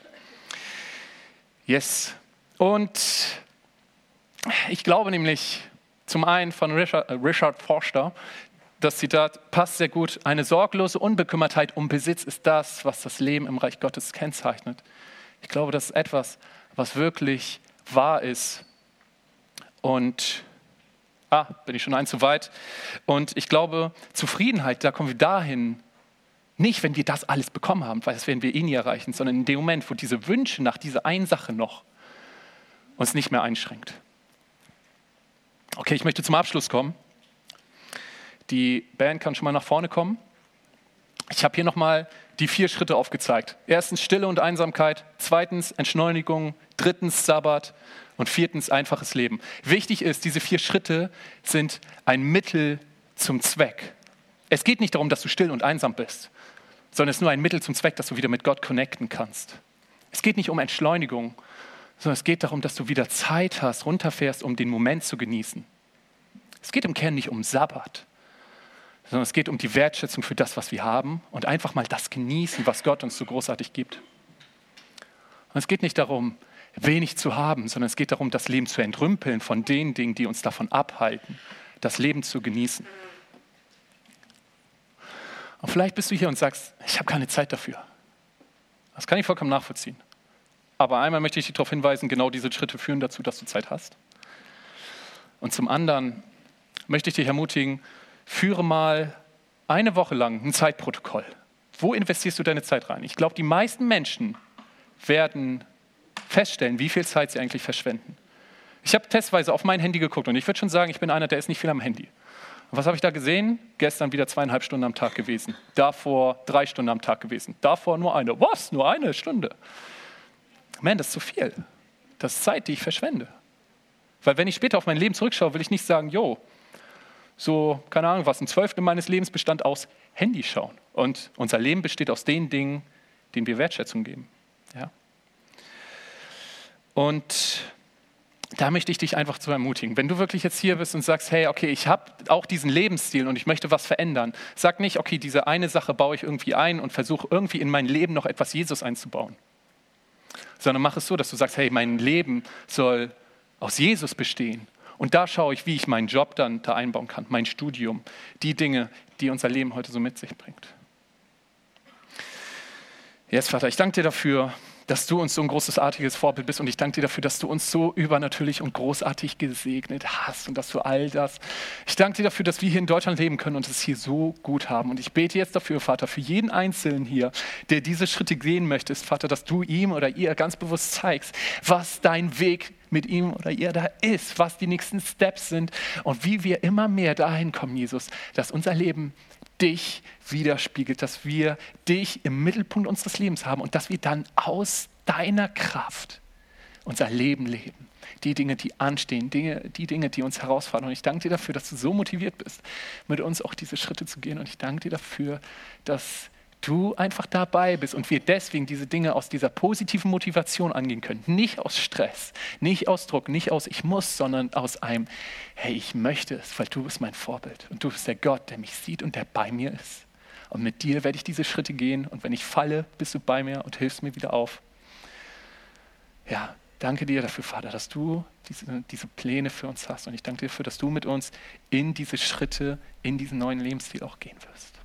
Yes. Und ich glaube nämlich, zum einen von Richard, äh, Richard Forster, das Zitat passt sehr gut. Eine sorglose Unbekümmertheit um Besitz ist das, was das Leben im Reich Gottes kennzeichnet. Ich glaube, das ist etwas, was wirklich wahr ist. Und, ah, bin ich schon ein zu weit. Und ich glaube, Zufriedenheit, da kommen wir dahin, nicht, wenn wir das alles bekommen haben, weil das werden wir eh nie erreichen, sondern in dem Moment, wo diese Wünsche nach dieser einen Sache noch uns nicht mehr einschränkt. Okay, ich möchte zum Abschluss kommen. Die Band kann schon mal nach vorne kommen. Ich habe hier nochmal die vier Schritte aufgezeigt. Erstens Stille und Einsamkeit, zweitens Entschleunigung, drittens Sabbat und viertens einfaches Leben. Wichtig ist, diese vier Schritte sind ein Mittel zum Zweck. Es geht nicht darum, dass du still und einsam bist, sondern es ist nur ein Mittel zum Zweck, dass du wieder mit Gott connecten kannst. Es geht nicht um Entschleunigung, sondern es geht darum, dass du wieder Zeit hast, runterfährst, um den Moment zu genießen. Es geht im Kern nicht um Sabbat, sondern es geht um die Wertschätzung für das, was wir haben und einfach mal das genießen, was Gott uns so großartig gibt. Und es geht nicht darum, wenig zu haben, sondern es geht darum, das Leben zu entrümpeln von den Dingen, die uns davon abhalten, das Leben zu genießen. Und vielleicht bist du hier und sagst, ich habe keine Zeit dafür. Das kann ich vollkommen nachvollziehen. Aber einmal möchte ich dich darauf hinweisen, genau diese Schritte führen dazu, dass du Zeit hast. Und zum anderen möchte ich dich ermutigen, führe mal eine Woche lang ein Zeitprotokoll. Wo investierst du deine Zeit rein? Ich glaube, die meisten Menschen werden feststellen, wie viel Zeit sie eigentlich verschwenden. Ich habe testweise auf mein Handy geguckt und ich würde schon sagen, ich bin einer, der ist nicht viel am Handy. Und was habe ich da gesehen? Gestern wieder zweieinhalb Stunden am Tag gewesen. Davor drei Stunden am Tag gewesen. Davor nur eine. Was? Nur eine Stunde? Man, das ist zu viel. Das ist Zeit, die ich verschwende. Weil wenn ich später auf mein Leben zurückschaue, will ich nicht sagen, jo, so, keine Ahnung was, ein Zwölftel meines Lebens bestand aus Handy schauen. Und unser Leben besteht aus den Dingen, denen wir Wertschätzung geben. Ja? Und da möchte ich dich einfach zu ermutigen. Wenn du wirklich jetzt hier bist und sagst, hey, okay, ich habe auch diesen Lebensstil und ich möchte was verändern. Sag nicht, okay, diese eine Sache baue ich irgendwie ein und versuche irgendwie in mein Leben noch etwas Jesus einzubauen. Sondern mach es so, dass du sagst, hey, mein Leben soll aus Jesus bestehen. Und da schaue ich, wie ich meinen Job dann da einbauen kann, mein Studium, die Dinge, die unser Leben heute so mit sich bringt. Jetzt, Vater, ich danke dir dafür, dass du uns so ein großartiges Vorbild bist und ich danke dir dafür, dass du uns so übernatürlich und großartig gesegnet hast und dass du all das, ich danke dir dafür, dass wir hier in Deutschland leben können und es hier so gut haben und ich bete jetzt dafür, Vater, für jeden Einzelnen hier, der diese Schritte gehen möchte, Vater, dass du ihm oder ihr ganz bewusst zeigst, was dein Weg mit ihm oder ihr da ist, was die nächsten Steps sind und wie wir immer mehr dahin kommen, Jesus, dass unser Leben dich widerspiegelt, dass wir dich im Mittelpunkt unseres Lebens haben und dass wir dann aus deiner Kraft unser Leben leben. Die Dinge, die anstehen, Dinge, die Dinge, die uns herausfordern. Und ich danke dir dafür, dass du so motiviert bist, mit uns auch diese Schritte zu gehen. Und ich danke dir dafür, dass du einfach dabei bist und wir deswegen diese Dinge aus dieser positiven Motivation angehen können. Nicht aus Stress, nicht aus Druck, nicht aus ich muss, sondern aus einem, hey, ich möchte es, weil du bist mein Vorbild und du bist der Gott, der mich sieht und der bei mir ist. Und mit dir werde ich diese Schritte gehen und wenn ich falle, bist du bei mir und hilfst mir wieder auf. Ja, danke dir dafür, Vater, dass du diese, diese Pläne für uns hast und ich danke dir dafür, dass du mit uns in diese Schritte, in diesen neuen Lebensstil auch gehen wirst.